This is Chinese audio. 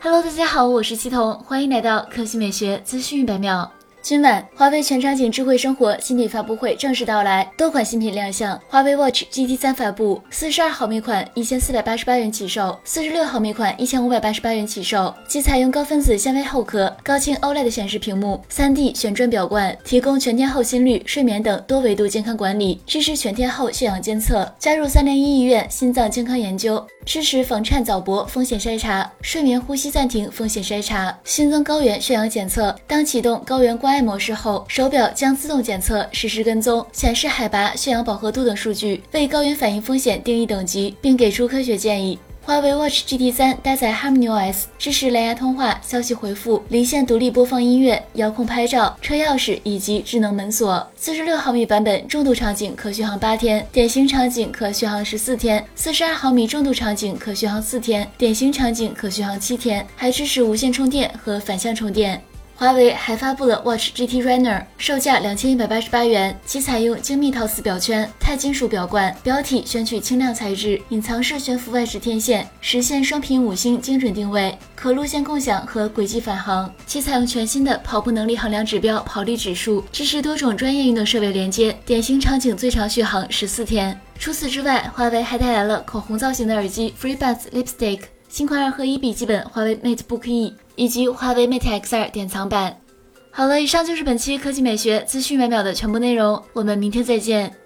Hello， 大家好，我是七彤，欢迎来到科技美学资讯100秒。今晚，华为全场景智慧生活新品发布会正式到来，多款新品亮相。华为 Watch GT3 发布，42毫米款1488元起售，46毫米款1588元起售，其采用高分子纤维后壳、高清 OLED 显示屏幕、3D 旋转表冠，提供全天候心率、睡眠等多维度健康管理，支持全天候血氧监测，加入301医院心脏健康研究，支持房颤早搏风险筛查、睡眠呼吸暂停风险筛查，新增高原血氧检测。当启动高原关爱模式后，手表将自动检测、实时跟踪，显示海拔、血氧饱和度等数据，为高原反应风险定义等级，并给出科学建议。华为 Watch GT3 搭载 HarmonyOS， 支持蓝牙通话、消息回复、离线独立播放音乐、遥控拍照、车钥匙以及智能门锁。46毫米版本重度场景可续航8天，典型场景可续航14天；42毫米重度场景可续航4天，典型场景可续航7天，还支持无线充电和反向充电。华为还发布了 Watch GT Runner， 售价2188元，其采用精密陶瓷表圈、钛金属表冠，表体选取轻量材质，隐藏式悬浮外置天线，实现双频5星精准定位，可路线共享和轨迹返航。其采用全新的跑步能力衡量指标跑力指数，支持多种专业运动设备连接，典型场景最长续航14天。除此之外，华为还带来了口红造型的耳机 FreeBuds Lipstick， 新款2合1笔记本华为 MateBook E，以及华为 Mate X2 典藏版。好了，以上就是本期科技美学资讯100秒的全部内容，我们明天再见。